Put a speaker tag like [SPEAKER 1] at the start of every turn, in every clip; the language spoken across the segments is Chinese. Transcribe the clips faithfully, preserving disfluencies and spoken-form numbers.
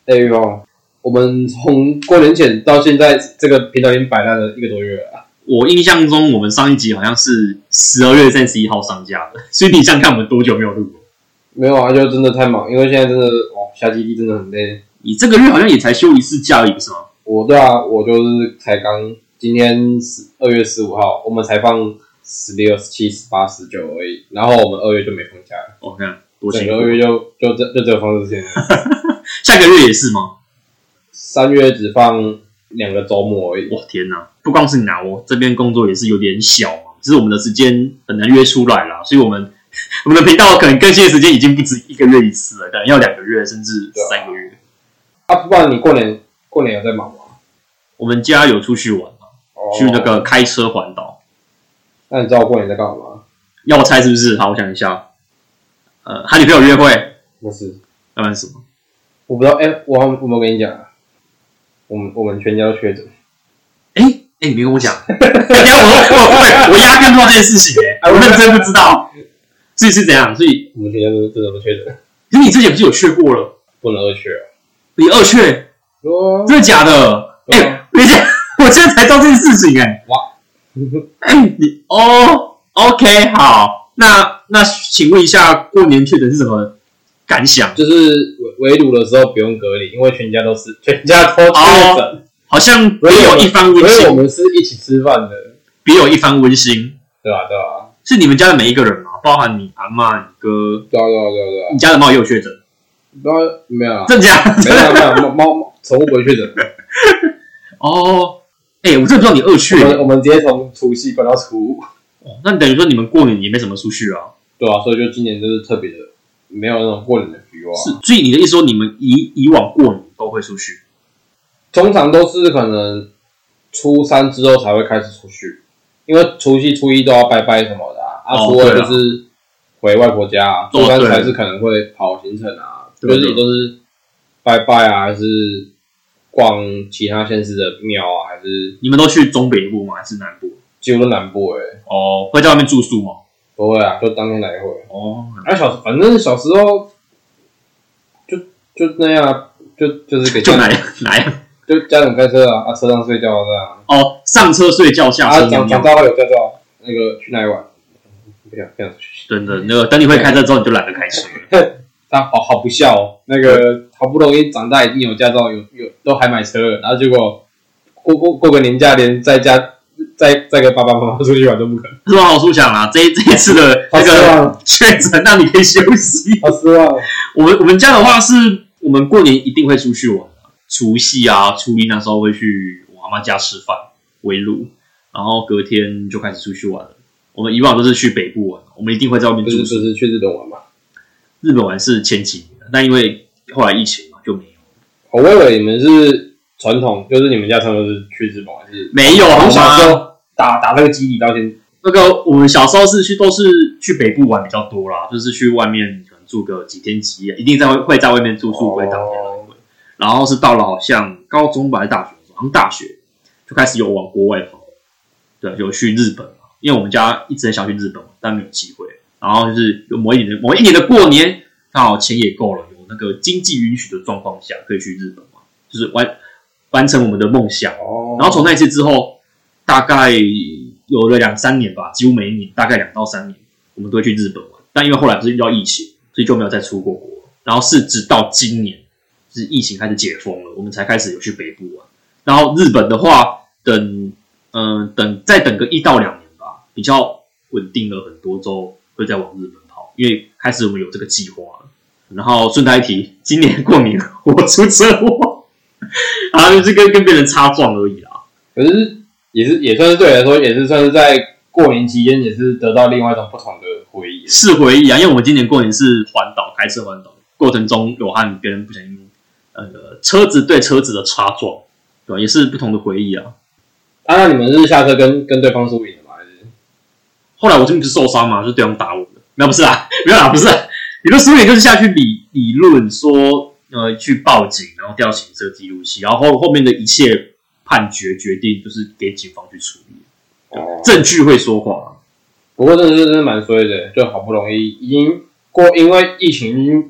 [SPEAKER 1] 哎呦，我们从过年前到现在，这个频道已经摆烂了一个多月了啦。
[SPEAKER 2] 我印象中，我们上一集好像是十二月三十一号上架的，所以你想想看，我们多久没有录了？
[SPEAKER 1] 没有啊，就真的太忙，因为现在真的哦，下基地真的很累。
[SPEAKER 2] 你这个月好像也才休一次假而已，是吗？
[SPEAKER 1] 我对啊，我就是才刚今天二月十五号，我们才放十六、十七、十八、十九而已，然后我们二月就没放假了。
[SPEAKER 2] 哦，看多辛苦，
[SPEAKER 1] 整个二月就就就就只有放这些。
[SPEAKER 2] 下个月也是吗？
[SPEAKER 1] 三月只放两个周末而已。
[SPEAKER 2] 哇天哪！不光是你拿，我这边工作也是有点小嘛，只是我们的时间很难约出来啦，所以我们我们的频道可能更新的时间已经不止一个月一次了，可能要两个月甚至三个月。
[SPEAKER 1] 啊，不然你过年过年有在忙吗？
[SPEAKER 2] 我们家有出去玩嘛，哦、去那个开车环岛。
[SPEAKER 1] 那你知道我过年在干嘛吗？
[SPEAKER 2] 要我猜是不是？好，我想一下。呃，和女朋友约会？
[SPEAKER 1] 不是。
[SPEAKER 2] 要不然什么？
[SPEAKER 1] 我不知道。哎、欸，我我没有跟你讲啊。我们我们全家都确诊。
[SPEAKER 2] 哎哎、欸，你没跟我讲。我我我压根不知道这件事情哎、欸，我认真不知道。所以是怎样？所以
[SPEAKER 1] 我们全家都真的都确诊。
[SPEAKER 2] 可是你之前不是有确过了？
[SPEAKER 1] 不能二确啊。
[SPEAKER 2] 你二确？
[SPEAKER 1] 哦、
[SPEAKER 2] 真的假的？哎、欸，等一下，我现在才知道这件事情哎、欸。哇！你哦 ，OK， 好，那那请问一下，过年确诊是什么感想？
[SPEAKER 1] 就是围围炉的时候不用隔离，因为全家都是全家都确诊、哦，
[SPEAKER 2] 好像别有一番温馨。
[SPEAKER 1] 所以我们是一起吃饭的，
[SPEAKER 2] 别有一番温馨，
[SPEAKER 1] 对吧、啊？对吧、啊？
[SPEAKER 2] 是你们家的每一个人吗？包含你阿嬷、你哥，
[SPEAKER 1] 对啊对啊对啊对啊。 你
[SPEAKER 2] 家的猫也有确诊？
[SPEAKER 1] 对啊，没有啊，
[SPEAKER 2] 真假？
[SPEAKER 1] 没有没有，猫猫宠物不会确诊。
[SPEAKER 2] 哦，哎、欸，我真的不知道你二确。
[SPEAKER 1] 我们我们直接从除夕关到初五。
[SPEAKER 2] 哦，那等于说你们过年也没怎么出去啊？
[SPEAKER 1] 对啊，所以就今年就是特别的，没有那种过年的 feel 啊。
[SPEAKER 2] 是，所以你的意思说，你们以以往过年都会出去？
[SPEAKER 1] 通常都是可能初三之后才会开始出去，因为除夕、初一都要拜拜什么的啊。啊，初二就是回外婆家、啊，初三才是可能会跑行程啊，就是也都是拜拜啊，还是逛其他县市的庙啊，还是
[SPEAKER 2] 你们都去中北部吗？还是南部？
[SPEAKER 1] 几乎都南部哎、欸。
[SPEAKER 2] 哦，会在外面住宿吗？
[SPEAKER 1] 不会啊，就当天来回。
[SPEAKER 2] 哦，
[SPEAKER 1] 啊小反正小时候就就那样啊，就就是给
[SPEAKER 2] 就哪样哪样。
[SPEAKER 1] 就家长开车啊，啊车上睡觉这样。
[SPEAKER 2] 哦，上车睡觉，下车。
[SPEAKER 1] 啊，长长大后有驾照，那个去哪里玩？不想不想出去。
[SPEAKER 2] 真的，那个等你会开车之后，你就懒得开车了。
[SPEAKER 1] 他好好不孝哦，那个好不容易长大已经有驾照，有有都还买车了，然后结果过过过个年假，连在家再再跟爸爸妈妈出去玩都不可能。
[SPEAKER 2] 是吧？好出想啦，这这一次的那个确诊，让你可以休息。
[SPEAKER 1] 好失望。
[SPEAKER 2] 我们我们家的话是，我们过年一定会出去玩。除夕啊，初一那时候会去我阿嬷家吃饭围炉，然后隔天就开始出去玩了。我们以往都是去北部玩，我们一定会在外面住宿。
[SPEAKER 1] 不是不是去日本玩嘛？
[SPEAKER 2] 日本玩是前几年，但因为后来疫情嘛就没有。
[SPEAKER 1] 我以为你们是传统，就是你们家传统是去日本还是？
[SPEAKER 2] 没有，好
[SPEAKER 1] 小时候打打那个基底到现在。
[SPEAKER 2] 那个我们小时候是去都是去北部玩比较多啦，就是去外面可能住个几天几夜，一定在会在外面住宿，不会当天来回。然后是到了好像高中吧，还是大学，好像大学就开始有往国外跑，对，有去日本嘛，因为我们家一直很想去日本，但没有机会。然后就是有某一年的某一年的过年，刚好钱也够了，有那个经济允许的状况下，可以去日本嘛，就是完完成我们的梦想。然后从那一次之后，大概有了两三年吧，几乎每一年大概两到三年，我们都会去日本玩。但因为后来不是遇到疫情，所以就没有再出过国。然后是直到今年。是疫情开始解封了，我们才开始有去北部玩。然后日本的话，等嗯、呃、等再等个一到两年吧，比较稳定了很多之后，会再往日本跑，因为开始我们有这个计划了。然后顺带一提，今年过年我出车祸，然后就是跟跟别人擦撞而已啦。
[SPEAKER 1] 可是也是也算是对我来说，也是算是在过年期间，也是得到另外一种不同的回忆。
[SPEAKER 2] 是回忆啊，因为我们今年过年是环岛，开车环岛过程中有和别人不小心。呃，车子对车子的擦撞，对吧？也是不同的回忆啊。
[SPEAKER 1] 啊，那你们是下车跟跟对方输赢的吗？还是
[SPEAKER 2] 后来我这边不是受伤嘛，就是对方打我的。没有，不是啦，没有啦，不是啦。你的输赢就是下去理理论说，呃，去报警，然后调行车记录器，然后后后面的一切判决决定就是给警方去处理。哦，证据会说话。
[SPEAKER 1] 不过真的是真的蛮衰的，就好不容易已经过，因为疫情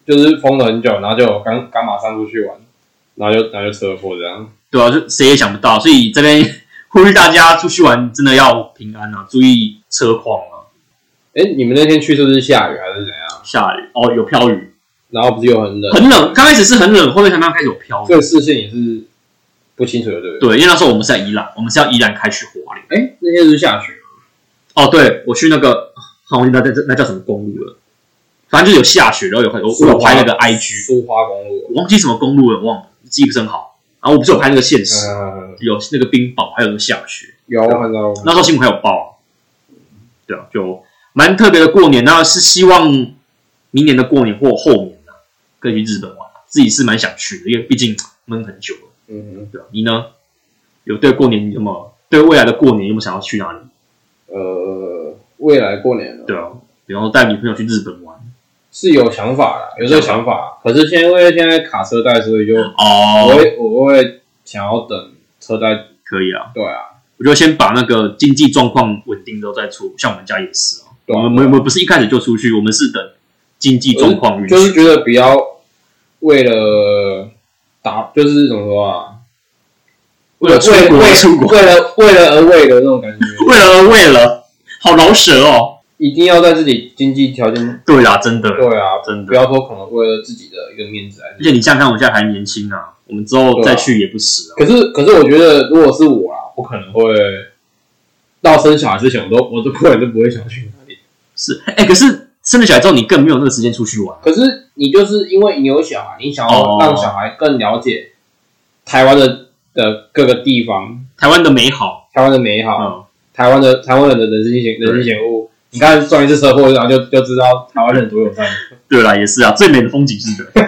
[SPEAKER 1] 就是封了很久，然后就刚刚马上出去玩，然后就然后就车祸这样。
[SPEAKER 2] 对啊，就谁也想不到，所以这边呼吁大家出去玩真的要平安啊，注意车况啊。
[SPEAKER 1] 哎，你们那天去是不是下雨还是怎样？
[SPEAKER 2] 下雨哦，有飘雨，
[SPEAKER 1] 然后不是又很冷？
[SPEAKER 2] 很冷，刚开始是很冷，后面才慢慢开始有飘雨，
[SPEAKER 1] 所以视线也是不清楚的，对不对？
[SPEAKER 2] 对，因为那时候我们是在宜兰，我们是要宜兰开去花莲。
[SPEAKER 1] 哎，那天是下雪。
[SPEAKER 2] 哦，对，我去那个，好，那那那叫什么公路了？反正就有下雪，然后有有我有拍那个 I G
[SPEAKER 1] 苏花公路，
[SPEAKER 2] 我忘记什么公路了，忘了，记忆不是很好。然后我不是有拍那个现实，
[SPEAKER 1] 嗯、
[SPEAKER 2] 有那个冰雹，还有那个下雪，
[SPEAKER 1] 有看到。
[SPEAKER 2] 那时候新闻还有报，对啊，就蛮特别的过年。那是希望明年的过年或后年呢、啊，可以去日本玩。自己是蛮想去的，因为毕竟闷很久了。
[SPEAKER 1] 嗯，
[SPEAKER 2] 对啊，你呢？有对过年有没有对未来的过年有没有想要去哪里？
[SPEAKER 1] 呃，未来过年了，
[SPEAKER 2] 对啊，比方说带女朋友去日本玩，
[SPEAKER 1] 是有想法啦，有这个想法。可是现在因为现在卡车贷，所以就
[SPEAKER 2] 哦，
[SPEAKER 1] 我会我会想要等车贷。
[SPEAKER 2] 可以啊，
[SPEAKER 1] 对啊，
[SPEAKER 2] 我就先把那个经济状况稳定之后再出。像我们家也是啊，
[SPEAKER 1] 对啊
[SPEAKER 2] 我们我们不是一开始就出去，我们是等经济状况允许，
[SPEAKER 1] 就是觉得不要为了打，就是怎么说啊？
[SPEAKER 2] 为了出国
[SPEAKER 1] 为
[SPEAKER 2] 出国，
[SPEAKER 1] 为了为了而为了那种感觉，
[SPEAKER 2] 为了而为了，好饶舌哦！
[SPEAKER 1] 一定要在自己经济条件
[SPEAKER 2] 对啦，真的，
[SPEAKER 1] 对啊，
[SPEAKER 2] 真的
[SPEAKER 1] 不要说可能为了自己的一个面子来。
[SPEAKER 2] 而且你想想看，我们现在还年轻啊，我们之后再去也不迟啊。
[SPEAKER 1] 可是可是我觉得，如果是我啦，我可能会到生小孩之前，我都我都个人都不会想去哪里。
[SPEAKER 2] 是，哎、欸，可是生了小孩之后，你更没有那个时间出去玩。
[SPEAKER 1] 可是你就是因为你有小孩，你想要让小孩更了解台湾的的各个地方，
[SPEAKER 2] 台湾的美好，
[SPEAKER 1] 台湾的美好，
[SPEAKER 2] 嗯、
[SPEAKER 1] 台湾的台湾人的人性险人性险恶。你看撞一次车祸，然后就就知道台湾人多友善。
[SPEAKER 2] 对啦，也是啊，最美的风景是的。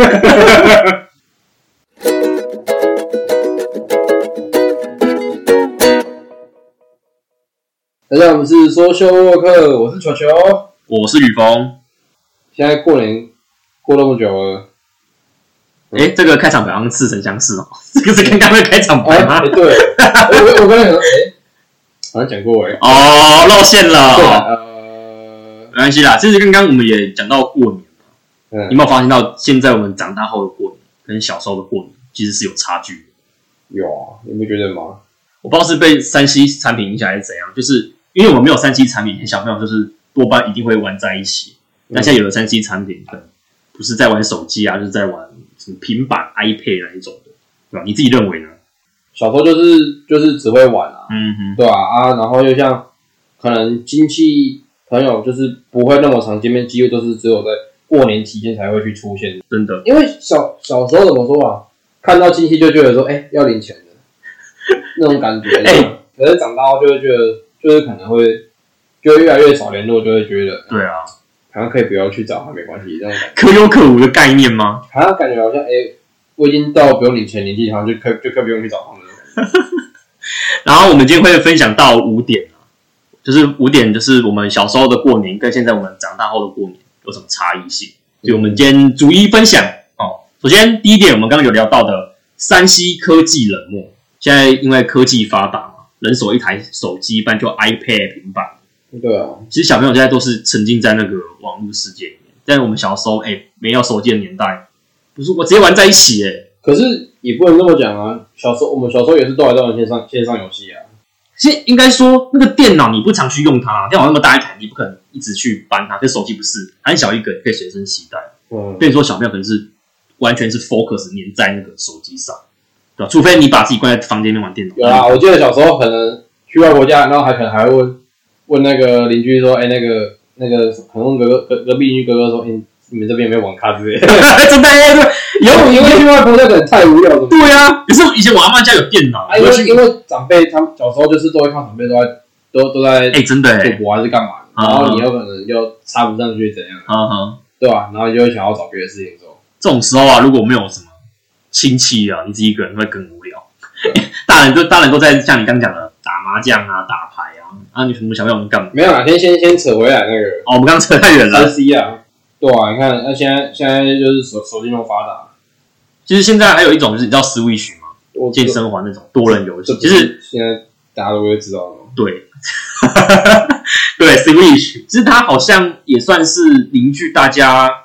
[SPEAKER 1] 大家好，我们是说秀沃克，我是球球，
[SPEAKER 2] 我是雨峰。
[SPEAKER 1] 现在过年过那么久了，
[SPEAKER 2] 哎、欸，这个开场白好像似曾相识哦。这个是刚刚的开场白吗？
[SPEAKER 1] 欸、对，我我刚才想说，哎、欸，好像讲过哎。
[SPEAKER 2] 哦，露馅了。
[SPEAKER 1] 对呃。
[SPEAKER 2] 没关系啦，其实刚刚我们也讲到过年嘛，
[SPEAKER 1] 嗯，
[SPEAKER 2] 你有没有发现到现在我们长大后的过年跟小时候的过年其实是有差距的？
[SPEAKER 1] 有啊，你不觉得吗？
[SPEAKER 2] 我不知道是被三 C 产品影响还是怎样，就是因为我们没有三 C 产品，小朋友就是多半一定会玩在一起。嗯、但现在有了三 C 产品，可能不是在玩手机啊，就是在玩什么平板、iPad 那一种的，对吧？你自己认为呢？
[SPEAKER 1] 小时候就是就是只会玩啊，
[SPEAKER 2] 嗯哼，
[SPEAKER 1] 对吧？啊，然后又像可能亲戚。朋友就是不会那么常见面，几乎都是只有在过年期间才会去出现。
[SPEAKER 2] 真的，
[SPEAKER 1] 因为小小时候怎么说啊，看到亲戚就觉得说，哎、欸，要领钱的那种感觉。哎、欸，可是长大后就会觉得，就是可能会就会越来越少联络，就会觉得，
[SPEAKER 2] 对啊，
[SPEAKER 1] 好像可以不要去找他没关系，这种感觉。
[SPEAKER 2] 可有可无的概念吗？
[SPEAKER 1] 好像感觉好像，哎、欸，我已经到不用领钱年纪，好像就可就可以不用去找他们了。
[SPEAKER 2] 然后我们今天会分享到五点。就是五点，就是我们小时候的过年跟现在我们长大后的过年有什么差异性，所以我们今天逐一分享。哦，首先第一点，我们刚刚有聊到的三 C 科技冷漠，现在因为科技发达嘛，人手一台手机，一般就 iPad 平板。
[SPEAKER 1] 对啊，
[SPEAKER 2] 其实小朋友现在都是沉浸在那个网络世界里面，在我们小时候，哎、欸，没有手机的年代，不是我直接玩在一起、欸，哎，
[SPEAKER 1] 可是也不能这么讲啊。小时候我们小时候也是都还在玩线上线上游戏啊。
[SPEAKER 2] 其实应该说，那个电脑你不常去用它，电脑那么大一台，你不可能一直去搬它。可是手机不是，很小一个，可以随身携带。嗯，所以说小朋友可能是完全是 focus 黏在那个手机上，对吧？除非你把自己关在房间里面玩电脑。
[SPEAKER 1] 有啊，我记得小时候可能去外婆家，然后还可能还会问问那个邻居说，哎、欸，那个那个可能问隔隔隔壁邻居哥哥说，哎、欸，你们这边有没有网咖之类的？
[SPEAKER 2] 真的耶！有，
[SPEAKER 1] 因为去外婆家可能太无聊了。
[SPEAKER 2] 对啊，可是以前我阿嬤家有电脑，
[SPEAKER 1] 啊，因为因为长辈他们小时候就是都会看长辈都在都都在
[SPEAKER 2] 哎、欸，真的哎，
[SPEAKER 1] 赌博还是干嘛的，然后你有可能就插不上去怎样，
[SPEAKER 2] 嗯哼，
[SPEAKER 1] 对吧？然后你就会想要找别的事情做。
[SPEAKER 2] 这种时候啊，如果没有什么亲戚啊，你自己一个人会更无聊。大人都大人都在像你刚讲的打麻将啊、打牌啊，啊，你什么小朋友干嘛？
[SPEAKER 1] 没有啦，先先先扯回来那个。
[SPEAKER 2] 哦，我们刚刚扯太远了。
[SPEAKER 1] 三 C 啊，对啊，你看那现在现在就是手手机那么发达。
[SPEAKER 2] 其实现在还有一种就是你知道 Switch 吗？健身环那种多人游戏，其实
[SPEAKER 1] 现在大家都会知道了。
[SPEAKER 2] 对，对 Switch，其实它好像也算是凝聚大家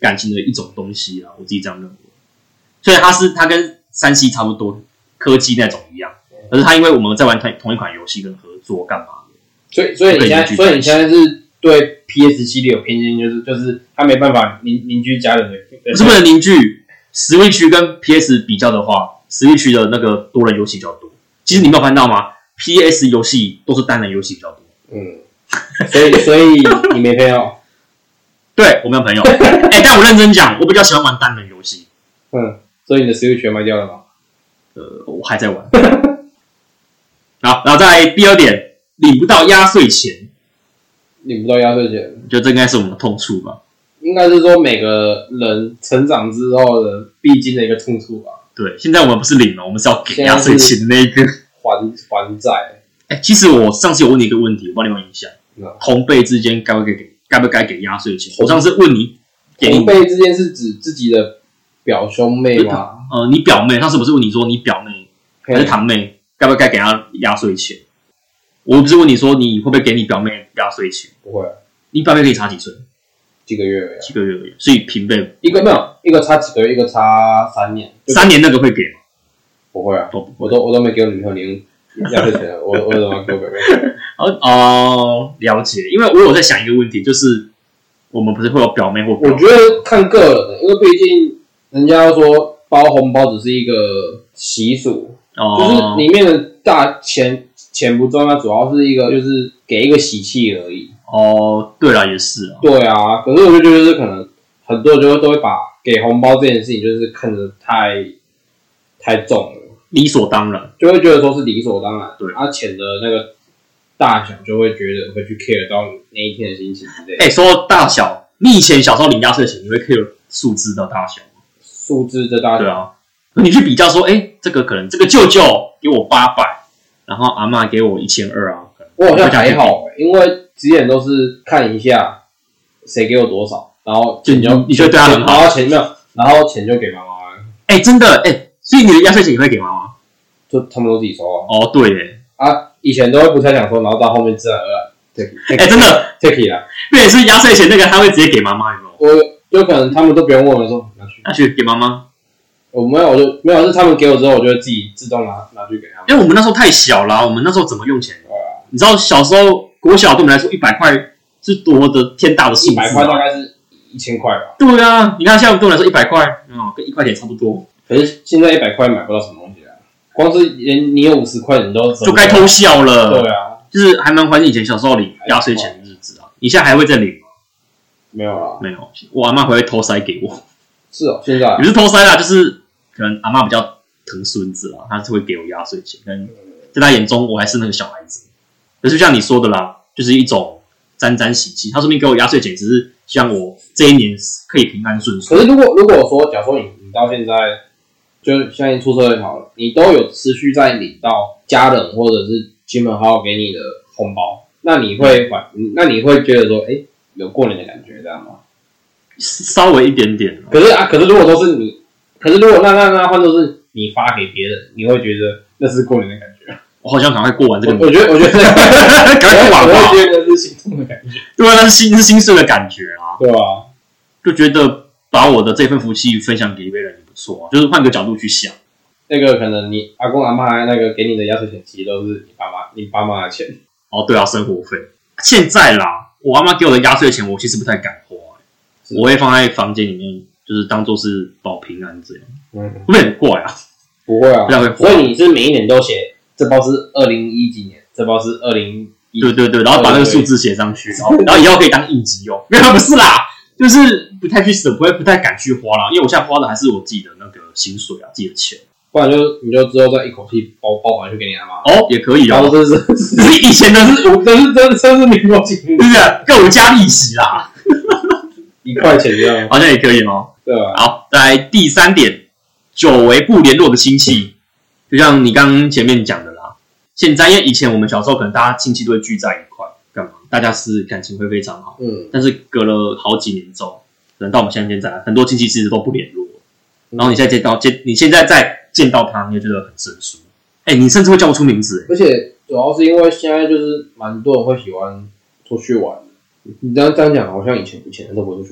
[SPEAKER 2] 感情的一种东西啦，我自己这样认为。所以它是它跟三 C 差不多科技那种一样，可是它因为我们在玩同一款游戏跟合作干嘛的，
[SPEAKER 1] 所以所以你现在所以你现在是对 P S 系列有偏见，就是就是它没办法凝凝聚家人的，
[SPEAKER 2] 不是不能凝聚。Switch 跟 P S 比较的话 ，Switch 的那个多人游戏比较多。其实你没有看到吗 ？P S 游戏都是单人游戏比较多。嗯，
[SPEAKER 1] 所以所以你没朋友？
[SPEAKER 2] 对，我没有朋友。哎、欸，但我认真讲，我比较喜欢玩单人游戏。
[SPEAKER 1] 嗯，所以你的 Switch 全卖掉了吗？
[SPEAKER 2] 呃，我还在玩。好，然后再来第二点，领不到压岁钱。
[SPEAKER 1] 领不到压岁钱，
[SPEAKER 2] 我觉得这应该是我们的痛处吧。
[SPEAKER 1] 应该是说每个人成长之后的必经的一个痛处吧。
[SPEAKER 2] 对，现在我们不是领了，我们是要给压岁钱的那一个
[SPEAKER 1] 还还债。
[SPEAKER 2] 哎、欸，其实我上次有问你一个问题，我帮你问一下，嗯、同辈之间该不该给该不该给压岁钱？我上次问你，
[SPEAKER 1] 同辈之间是指自己的表兄妹吗？
[SPEAKER 2] 呃，你表妹，上次不是问你说你表妹还是堂妹该不该给她压岁钱？我不是问你说你会不会给你表妹压岁钱？
[SPEAKER 1] 不会、啊，
[SPEAKER 2] 你表妹可以差几岁？
[SPEAKER 1] 几个月而已、啊，
[SPEAKER 2] 几个月而已，所以平辈
[SPEAKER 1] 一个没有，一个差几个月，一个差三年。
[SPEAKER 2] 三年那个会给吗？
[SPEAKER 1] 不会啊，都我都我都没给我女朋友零压岁钱，我我怎么给我表妹？
[SPEAKER 2] 哦哦，了解。因为我有在想一个问题，就是我们不是会有表妹或表妹？
[SPEAKER 1] 我觉得看个人的，因为毕竟人家说包红包只是一个习俗，哦、就是里面的大钱钱不重要，主要是一个就是给一个喜气而已。
[SPEAKER 2] 哦，对啦，也是啊。
[SPEAKER 1] 对啊，可是我就觉得是可能很多人就会都会把给红包这件事情就是看得太太重了，
[SPEAKER 2] 理所当然，
[SPEAKER 1] 就会觉得说是理所当然。
[SPEAKER 2] 对，
[SPEAKER 1] 啊，钱的那个大小就会觉得会去 care 到你那一天的心情之类的。
[SPEAKER 2] 哎、欸，说到大小，你以前小时候领压岁钱，你会 care 数字的大小吗？
[SPEAKER 1] 数字的大小，
[SPEAKER 2] 对啊。你去比较说，哎、欸，这个可能这个舅舅给我八百，然后阿嬷给我一千二啊。
[SPEAKER 1] 我好像还好、欸，因为之前都是看一下谁给我多少，然后钱就
[SPEAKER 2] 你觉得对他很好，
[SPEAKER 1] 然后钱没有，然后钱就给妈妈。
[SPEAKER 2] 哎、欸，真的哎、欸，所以你的压岁钱你会给妈妈？
[SPEAKER 1] 就他们都自己收啊。
[SPEAKER 2] 哦，对耶。
[SPEAKER 1] 啊，以前都会不太想收，然后到后面自然而然。
[SPEAKER 2] 哎、欸，真的
[SPEAKER 1] take it 啦。
[SPEAKER 2] 对，是压岁钱那个他会直接给妈妈，有没有？
[SPEAKER 1] 我有可能他们都不用问我说拿去，
[SPEAKER 2] 拿去给妈妈。
[SPEAKER 1] 我没有，我就没有，是他们给我之后，我就会自己自动拿拿去给他们。
[SPEAKER 2] 因为我们那时候太小了，我们那时候怎么用钱？你知道小时候国小对我们来说一百块是多的天大的数字、啊，
[SPEAKER 1] 一百块大概是一千块吧。
[SPEAKER 2] 对啊，你看现在对我来说一百块，嗯，跟一块钱差不多。
[SPEAKER 1] 可是现在一百块买不到什么东西啊，光是连你有五十块你都
[SPEAKER 2] 就该偷笑了。
[SPEAKER 1] 对啊，
[SPEAKER 2] 就是还蛮怀念以前小时候领压岁钱的日子啊。你现在还会再领吗？
[SPEAKER 1] 没有啦，
[SPEAKER 2] 没有。我阿嬷还会偷塞给我。
[SPEAKER 1] 是哦，现在
[SPEAKER 2] 也是偷塞啦，就是可能阿嬷比较疼孙子啦，她是会给我压岁钱，但在她眼中我还是那个小孩子。可是就像你说的啦，就是一种沾沾喜气。他说明给我压岁钱，只是希望我这一年可以平安顺遂。
[SPEAKER 1] 可是如果如果说，假如说你你到现在就现在出社会好了，你都有持续在领到家人或者是亲朋好友给你的红包，那你会反、嗯，那你会觉得说，哎、欸，有过年的感觉，这样吗？
[SPEAKER 2] 稍微一点点。
[SPEAKER 1] 可是啊，可是如果都是你，可是如果那那那换都是你发给别人，你会觉得那是过年的感觉。
[SPEAKER 2] 我好想赶快过完这个年，
[SPEAKER 1] 我觉得，我觉得赶
[SPEAKER 2] 快过完吧。
[SPEAKER 1] 我会觉得是心痛的感觉。
[SPEAKER 2] 对啊，那是心是心碎的感觉啊。
[SPEAKER 1] 对啊，
[SPEAKER 2] 就觉得把我的这份福气分享给一位人也不错啊。就是换个角度去想，
[SPEAKER 1] 那个可能你阿公阿嬷那个给你的压岁钱，其实都是你爸妈你爸妈的钱。
[SPEAKER 2] 哦，对啊，生活费。现在啦，我阿嬷给我的压岁钱，我其实不太敢花、欸，我会放在房间里面，就是当做是保平安这样。嗯，会不会很怪啊？
[SPEAKER 1] 不会啊，
[SPEAKER 2] 不会。
[SPEAKER 1] 所以你是每一年都写。这包是二零一几年，这包是二零一，
[SPEAKER 2] 对对对，然后把那个数字写上去，然后然后以后可以当应急用。没有，不是啦，就是不太去舍，不会不太敢去花啦，因为我现在花的还是我自己的那个薪水啊，自己的钱。
[SPEAKER 1] 不然就你就之后再一口气包包完去给你阿妈。
[SPEAKER 2] 哦，也可以哦。
[SPEAKER 1] 这是
[SPEAKER 2] 这是以前的是，
[SPEAKER 1] 我这是真的真是民国几年，
[SPEAKER 2] 对不对？更加利息啦，
[SPEAKER 1] 一块钱这样，
[SPEAKER 2] 好像也可以哦。
[SPEAKER 1] 对啊。
[SPEAKER 2] 好，再来第三点，久违不联络的亲戚。就像你刚刚前面讲的啦，现在因为以前我们小时候可能大家亲戚都会聚在一块，干嘛？大家是感情会非常好，嗯。但是隔了好几年之后，可能到我们现在现在，很多亲戚其实都不联络。然后你现在见到见，你现在再见到他，你就觉得很生疏。哎、欸，你甚至会叫不出名字。
[SPEAKER 1] 而且主要是因为现在就是蛮多人会喜欢出去玩。你这样这样讲，好像以前以前都不会出去玩一样。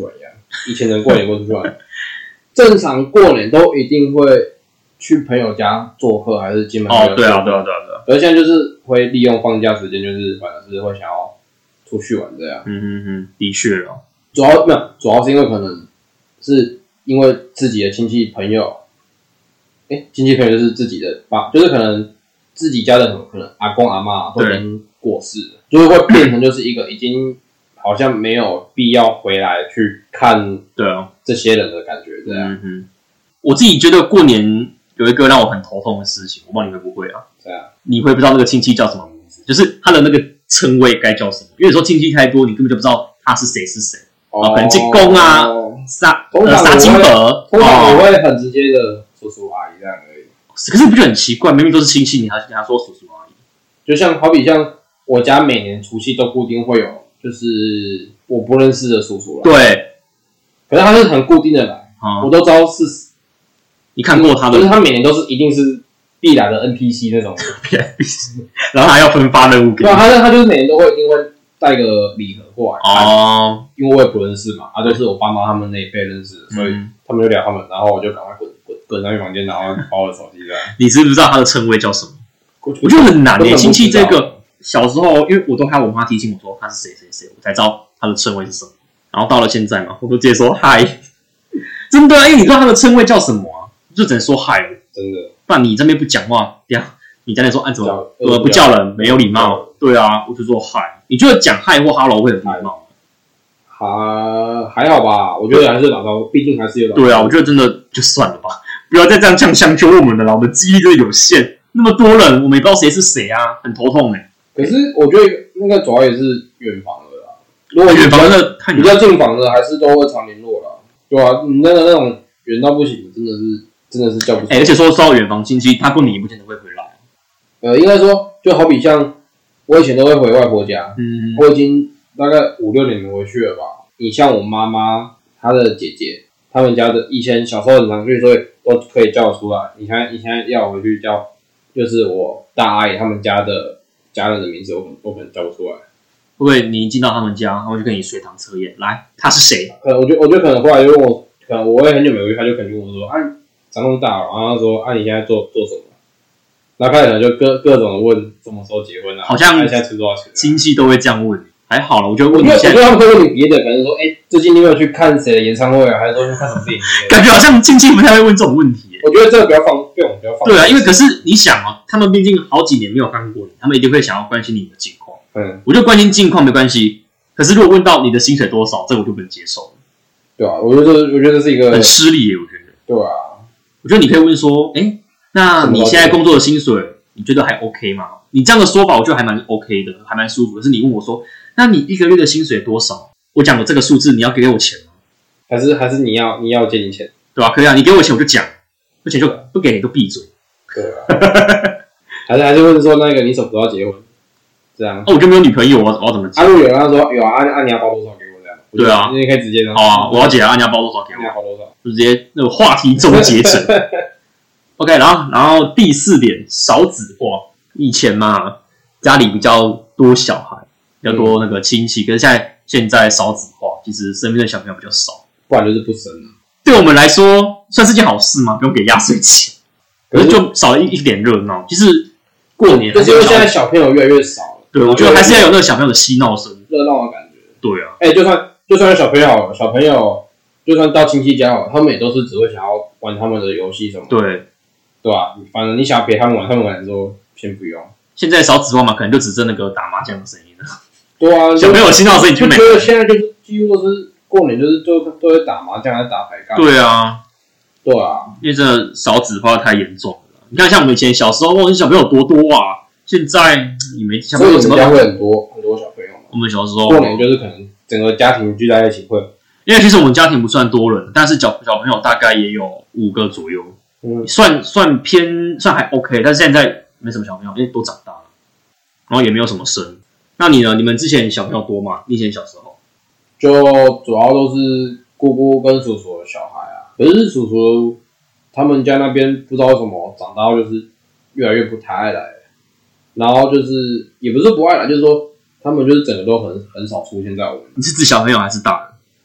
[SPEAKER 1] 以前人过年过出去玩，正常过年都一定会去朋友家做客，还是进门
[SPEAKER 2] 哦，对啊，对啊，对啊，对啊。
[SPEAKER 1] 而现在就是会利用放假时间，就是反而是会想要出去玩这样。
[SPEAKER 2] 嗯嗯嗯，的确了。
[SPEAKER 1] 主要没有，主要是因为可能是因为自己的亲戚朋友，哎，亲戚朋友就是自己的爸，就是可能自己家的可能阿公阿嬷都已经过世了，就是会变成就是一个已经好像没有必要回来去看
[SPEAKER 2] 对啊
[SPEAKER 1] 这些人的感觉这样。
[SPEAKER 2] 嗯嗯，我自己觉得过年有一个让我很头痛的事情，我不知道你会不会啊？
[SPEAKER 1] 这样，
[SPEAKER 2] 你会不知道那个亲戚叫什么名字，就是他的那个称谓该叫什么？因为有时候亲戚太多，你根本就不知道他是谁是谁。哦，可能进宫啊，杀呃杀金伯，
[SPEAKER 1] 通常我会很直接的叔叔阿姨这样而已。
[SPEAKER 2] 可是不就很奇怪？明明都是亲戚，你还跟他说叔叔阿姨？
[SPEAKER 1] 就像好比像我家每年除夕都固定会有，就是我不认识的叔叔来。对，可是他是很固定的来，嗯、我都知道是。
[SPEAKER 2] 你看过他的？
[SPEAKER 1] 就是他每年都是一定是必来的 N P C 那种
[SPEAKER 2] 然后还要分发任务给你。
[SPEAKER 1] 对啊，他他就是每年都会一定会带个礼盒过来。哦，因为我也不认识嘛，啊，就是我爸妈他们那一辈认识的，所以他们就聊他们，然后我就赶快滚滚滚上去房间，然后把我的手机这样。
[SPEAKER 2] 你知不知道他的称谓叫什么？我觉得很难诶，亲戚这个小时候，因为我都还有我妈提醒我说他是谁谁谁，我才知道他的称谓是什么。然后到了现在嘛，我都直接说嗨，真的，因为你知道他的称谓叫什么啊？就只能说嗨了，
[SPEAKER 1] 真的。不
[SPEAKER 2] 然你这边不讲话，这样你在那说按什么？呃，不叫人，没有礼貌。对啊，我就说嗨。你觉得讲嗨或 hello 会有礼貌？
[SPEAKER 1] 还还好吧，我觉得还是打招呼，毕竟还是有。
[SPEAKER 2] 对啊，我觉得真的就算了吧，不要再这样强强求我们了啦，我们记忆力真的有限，那么多人，我们也不知道谁是谁啊，很头痛哎、欸。
[SPEAKER 1] 可是我觉得那个主要也是远房的啦，如果
[SPEAKER 2] 远房的
[SPEAKER 1] 比较近房的，还是都会常联络啦。对啊，你那个那种远到不行，真的是。真的是叫不出来、
[SPEAKER 2] 欸，而且说到远房亲戚，他过年也不见得会回来。
[SPEAKER 1] 呃，应该说，就好比像我以前都会回外婆家，嗯，我已经大概五六年没回去了吧。你像我妈妈她的姐姐，他们家的以前小时候很常去，所以都可以叫我出来。你现在你现在要我回去叫，就是我大阿姨他们家的家人的名字，我可能我可能叫不出来。
[SPEAKER 2] 会不会你进到他们家，他们就跟你随堂测验，来他是谁？
[SPEAKER 1] 可能我觉得我觉得可能后来就问我，可能我也很久没回去，他就可能问我说啊。长那么大了，然后他说：“啊，你现在做做什么？”然后开始就各各种问什么时候结婚啊，
[SPEAKER 2] 好像
[SPEAKER 1] 现在吃多少钱、啊？
[SPEAKER 2] 亲戚都会这样问。还好了，我觉得问你
[SPEAKER 1] 现在，我觉得他们会问你别的，可能说：“哎、欸，最近你有没有去看谁的演唱会啊？还是说去看什么电影？”
[SPEAKER 2] 感觉好像亲戚不太会问这种问题、欸。
[SPEAKER 1] 我觉得这个比较放，对我们比较放。
[SPEAKER 2] 对啊，因为可是你想哦，他们毕竟好几年没有看过你，他们一定会想要关心你的近况。嗯，我就关心近况没关系，可是如果问到你的薪水多少，这个我就不能接受了。
[SPEAKER 1] 对啊，我觉得我觉得这是一个
[SPEAKER 2] 很失礼耶，我觉得。
[SPEAKER 1] 对啊。
[SPEAKER 2] 我觉得你可以问说，哎，那你现在工作的薪水，你觉得还 OK 吗？你这样的说法，我觉得还蛮 OK 的，还蛮舒服。可是你问我说，那你一个月的薪水多少？我讲的这个数字，你要给我钱吗？
[SPEAKER 1] 还是还是你要你要借你钱？
[SPEAKER 2] 对吧、啊？可以啊，你给我钱我就讲，而且就不给你就闭嘴。
[SPEAKER 1] 对啊，还是还是问说那个你什么时候要结婚？这样。
[SPEAKER 2] 哦，我就没有女朋友，我我要怎么结？
[SPEAKER 1] 啊，如果有人他说有啊，啊你要包多少给我这样？
[SPEAKER 2] 对啊，
[SPEAKER 1] 你可以直接的。
[SPEAKER 2] 好啊，我要结啊，你要包多少给我？
[SPEAKER 1] 你要包多少？
[SPEAKER 2] 就直接那个话题终结者。OK， 然后然后第四点，少子化。以前嘛，家里比较多小孩，比较多那个亲戚，嗯、可是现在现在少子化，其实身边的小朋友比较少，
[SPEAKER 1] 不然就是不生了。
[SPEAKER 2] 对我们来说，算是件好事吗？不用给压岁钱，可是就少了一一点热闹。其实过年，
[SPEAKER 1] 就是因为现在小朋友越来越少了。
[SPEAKER 2] 对，我觉得还是要有那个小朋友的嬉闹声、
[SPEAKER 1] 热闹的感觉。
[SPEAKER 2] 对啊，
[SPEAKER 1] 哎、欸，就算就算有小朋友好了，小朋友就算到亲戚家好了，他们也都是只会想要玩他们的游戏什么的。对。对吧、啊？反正你想要陪他们玩，他们可能说先不用。
[SPEAKER 2] 现在少子化嘛，可能就只剩那个打麻将的声音了。
[SPEAKER 1] 对啊，
[SPEAKER 2] 小朋友嬉闹的声音就没
[SPEAKER 1] 了。现在就是几乎都是过年，就是都都会打麻将，还是打牌杠。
[SPEAKER 2] 对啊，
[SPEAKER 1] 对啊，
[SPEAKER 2] 因为真的少子化太严重了。你看，像我们以前小时候，哇，小朋友多多啊！现在你没小朋友，
[SPEAKER 1] 所以你们家会很多很多小朋友吗？
[SPEAKER 2] 我们小时候
[SPEAKER 1] 过年就是可能整个家庭聚在一起会，
[SPEAKER 2] 因为其实我们家庭不算多人，但是小小朋友大概也有五个左右。嗯，算算偏算还 OK， 但是现在没什么小朋友，因为都长大了，然后也没有什么生。那你呢？你们之前小朋友多吗？你以前小时候
[SPEAKER 1] 就主要都是姑姑跟叔叔的小孩啊，可是叔叔他们家那边不知道为什么长大后就是越来越不太爱来，然后就是也不是不爱来，就是说他们就是整个都很很少出现在我们。
[SPEAKER 2] 你是指小朋友还是大人？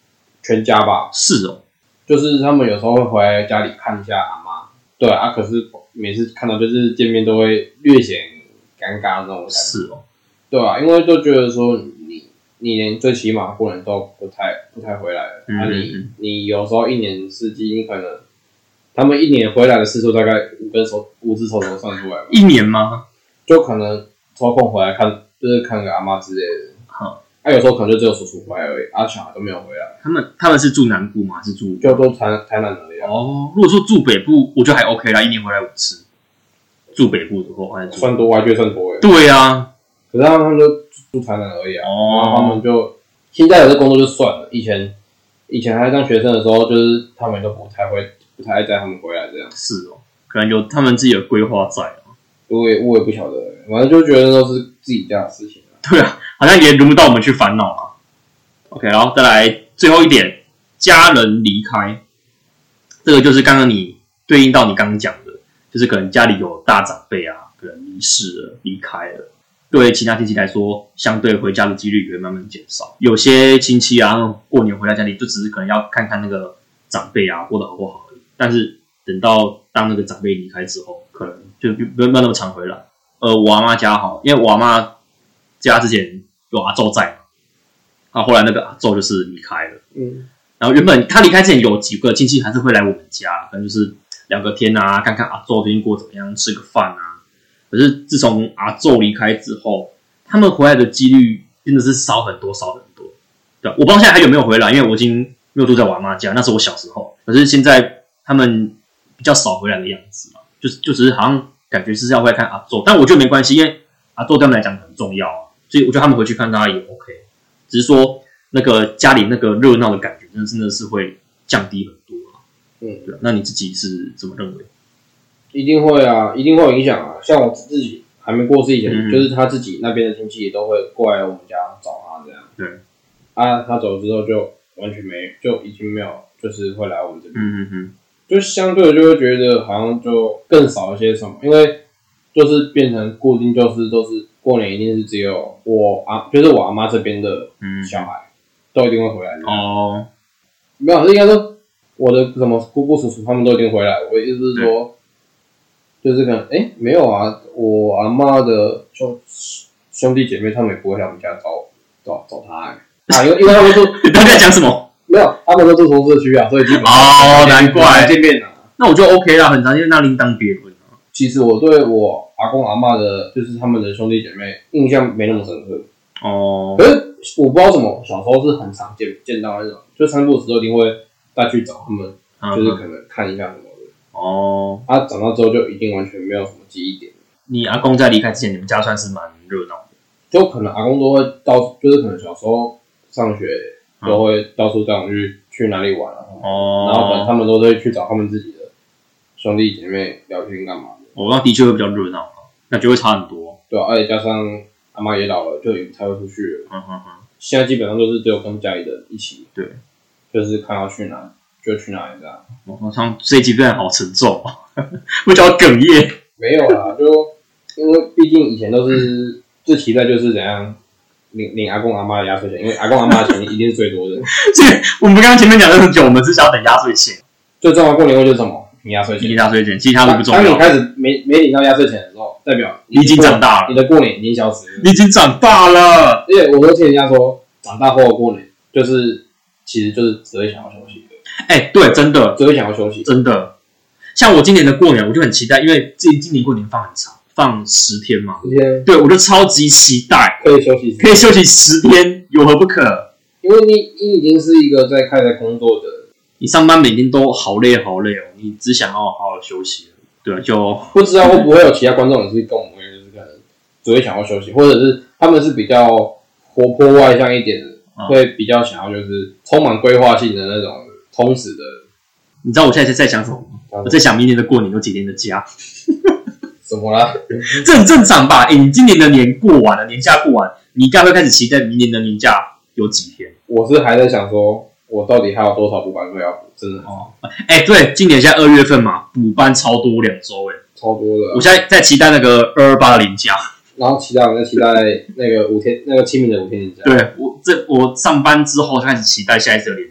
[SPEAKER 1] 全家吧。
[SPEAKER 2] 是哦，
[SPEAKER 1] 就是他们有时候会回来家里看一下阿妈，对啊，可是每次看到就是见面都会略显尴尬那种感觉。
[SPEAKER 2] 是哦，
[SPEAKER 1] 对啊，因为都觉得说你你连最起码过年都不太不太回来了，嗯、啊你你有时候一年四季你可能他们一年回来的次数大概五根手五只手指头算出来吧。
[SPEAKER 2] 一年吗？
[SPEAKER 1] 就可能抽空回来看，就是看个阿妈之类的。好，啊有时候可能就只有叔叔回来而已，啊小孩都没有回来。
[SPEAKER 2] 他们他们是住南部吗？是住
[SPEAKER 1] 就都台台南而已、啊。
[SPEAKER 2] 哦，如果说住北部，我觉得还 OK 啦，一年回来五次。住北部的话，还
[SPEAKER 1] 算多，我还觉得算多诶。
[SPEAKER 2] 对啊，
[SPEAKER 1] 可是他们就住台南而已啊。哦。然后他们就现在有这工作就算了，以前以前还当学生的时候，就是他们都不太会，不太爱带他们回来这样。
[SPEAKER 2] 是哦，可能有他们自己的规划在啊。
[SPEAKER 1] 我也我也不晓得，反正就觉得都是自己家的事情、啊。
[SPEAKER 2] 对啊，好像也轮不到我们去烦恼啊。OK， 然后再来最后一点，家人离开，这个就是刚刚你对应到你刚刚讲的，就是可能家里有大长辈啊，可能离世了、离开了，对其他亲戚来说，相对回家的几率也会慢慢减少。有些亲戚啊，过年回到家里就只是可能要看看那个长辈啊过得好不好而已，但是等到当那个长辈离开之后，可能就不用那么常回来。呃，我阿妈家好，因为我阿妈家之前有阿祖在嘛，啊，后来那个阿祖就是离开了，嗯，然后原本他离开之前有几个亲戚还是会来我们家，可能就是聊个天啊，看看阿祖最近过怎么样，吃个饭啊。可是自从阿祖离开之后，他们回来的几率真的是少很多，少很多。对，我不知道现在还有没有回来，因为我已经没有住在我阿妈家，那是我小时候。可是现在他们比较少回来的样子嘛，就是就只是好像感觉是要回来看阿祖，但我觉得没关系，因为阿祖对他们来讲很重要啊，所以我觉得他们回去看他也 OK。只是说那个家里那个热闹的感觉，真的真的是会降低很多啊。嗯，对。那你自己是怎么认为？
[SPEAKER 1] 一定会啊，一定会有影响啊。像我自己还没过世以前，嗯、就是他自己那边的亲戚也都会过来我们家找他这样。对。啊，他走了之后就完全没，就已经没有，就是会来我们这边。嗯嗯嗯。就相对的就会觉得好像就更少一些什么，因为就是变成固定，就是都是过年一定是只有我阿，就是我阿妈这边的小孩、嗯、都一定会回来的。哦。没有，应该说我的什么姑姑叔叔他们都一定回来。我的意思是说，就是可能哎、欸、没有啊，我阿妈的兄兄弟姐妹他们也不会来我们家找找找他哎、欸、啊，因为因为他们说
[SPEAKER 2] 你刚才讲什么？
[SPEAKER 1] 没有，他们都住同社区啊，所以基本上
[SPEAKER 2] 哦，难怪
[SPEAKER 1] 见面啊。
[SPEAKER 2] 那我就 OK 啦，很常见那另当别论啊。
[SPEAKER 1] 其实我对我阿公阿嬷的，就是他们的兄弟姐妹印象没那么深刻哦。可是我不知道怎么，小时候是很常见见到那种，就三不五时都一定会带去找他们，嗯、就是可能看一下什么的。哦，他、啊、长大之后就一定完全没有什么记忆点。
[SPEAKER 2] 你阿公在离开之前，你们家算是蛮热闹的。
[SPEAKER 1] 就可能阿公都会到，就是可能小时候上学。都会到处带我去去哪里玩啊，哦、然后等他们都会去找他们自己的兄弟姐妹聊天干嘛的。
[SPEAKER 2] 哦，那的确会比较热闹，那就会差很多。
[SPEAKER 1] 对啊，而且加上阿妈也老了，就也不太会出去了。嗯哼哼。现在基本上都是只有跟家里人一起。对。就是看要去哪就去哪里这样。
[SPEAKER 2] 我好像这一集变得好沉重啊，我讲哽咽。
[SPEAKER 1] 没有啦，就因为毕竟以前都是最期待就是怎样。领领阿公阿妈的压岁钱，因为阿公阿妈的钱一定是最多的。
[SPEAKER 2] 所以我们刚刚前面讲了很久，我们是想要等压岁钱。
[SPEAKER 1] 最重要的过年会就是什么？领压岁钱。
[SPEAKER 2] 领压岁钱，其他都不重要。
[SPEAKER 1] 当你开始没没领到压岁钱的时候，代表
[SPEAKER 2] 你已经长大了，
[SPEAKER 1] 你的过年已经消失了。
[SPEAKER 2] 你已经长大了。
[SPEAKER 1] 而且我都听人家说，长大后的过年就是其实就是只会想要休息的。
[SPEAKER 2] 哎、欸，对，真的
[SPEAKER 1] 只会想要休息，
[SPEAKER 2] 真的。像我今年的过年，我就很期待，因为自己今年过年放很长。放十天嘛，十天，对我就超级期待，
[SPEAKER 1] 可以休息，
[SPEAKER 2] 可以休息十天，有何不可？
[SPEAKER 1] 因为你你已经是一个在开始工作的，
[SPEAKER 2] 你上班每天都好累好累哦，你只想要好好休息，对，就
[SPEAKER 1] 不知道会不会有其他观众也是跟我们一样，就是可能只会想要休息，或者是他们是比较活泼外向一点的，嗯、会比较想要就是充满规划性的那种充实的。
[SPEAKER 2] 你知道我现在在想什么吗？嗯、我在想明年的过年有几天的假。
[SPEAKER 1] 怎么了？
[SPEAKER 2] 这很正常吧？哎、欸，你今年的年过完了，年假过完，你该不会开始期待明年的年假有几天？
[SPEAKER 1] 我是还在想说，我到底还有多少补班费要补？真的哦，
[SPEAKER 2] 哎、欸，对，今年现在二月份嘛，补班超多两周，哎，
[SPEAKER 1] 超多的、啊。
[SPEAKER 2] 我现在在期待那个二二八的年假，
[SPEAKER 1] 然后期待我在期待那个五天那个清明的五天年假。
[SPEAKER 2] 对我这我上班之后开始期待下一次的年假，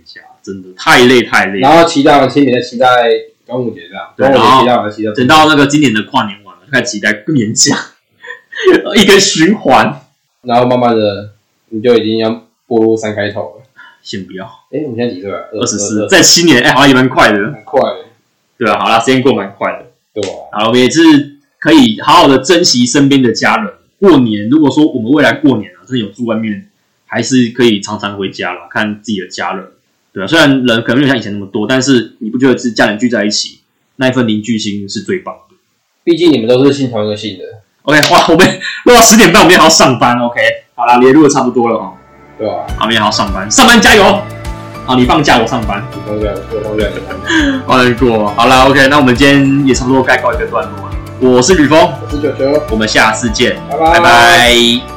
[SPEAKER 2] 真的太累太累。
[SPEAKER 1] 然后期待完清明，再期待端午节这样，端午节期待完，期待
[SPEAKER 2] 等到那个今年的跨年完了，开始期待年假，一个循环。
[SPEAKER 1] 然后慢慢的，你就已经要步入三开头了。
[SPEAKER 2] 先不要。
[SPEAKER 1] 哎，我们现在几岁啊？
[SPEAKER 2] 二十四，在七年，哎，好像也蛮快的。
[SPEAKER 1] 很快。
[SPEAKER 2] 对啊，好啦，时间过蛮快的。
[SPEAKER 1] 对啊。
[SPEAKER 2] 好，我们也是可以好好的珍惜身边的家人。过年，如果说我们未来过年啊，真的有住外面，还是可以常常回家啦，看自己的家人。对啊，虽然人可能没有像以前那么多，但是你不觉得是家人聚在一起，那一份凝聚心是最棒的？
[SPEAKER 1] 毕竟你们都是信同一个姓的。
[SPEAKER 2] OK， 哇，我们录到十点半，我们也还要上班。OK， 好啦，也录的差不多了哦。
[SPEAKER 1] 对啊，
[SPEAKER 2] 我们也还要上班，上班加油！好，你放假我上班，
[SPEAKER 1] 你放假我放假，你放假。
[SPEAKER 2] 好难过。好啦 ，OK， 那我们今天也差不多该告一个段落了。我是吕峰，
[SPEAKER 1] 我是九九，
[SPEAKER 2] 我们下次见，
[SPEAKER 1] 拜拜。
[SPEAKER 2] 拜拜。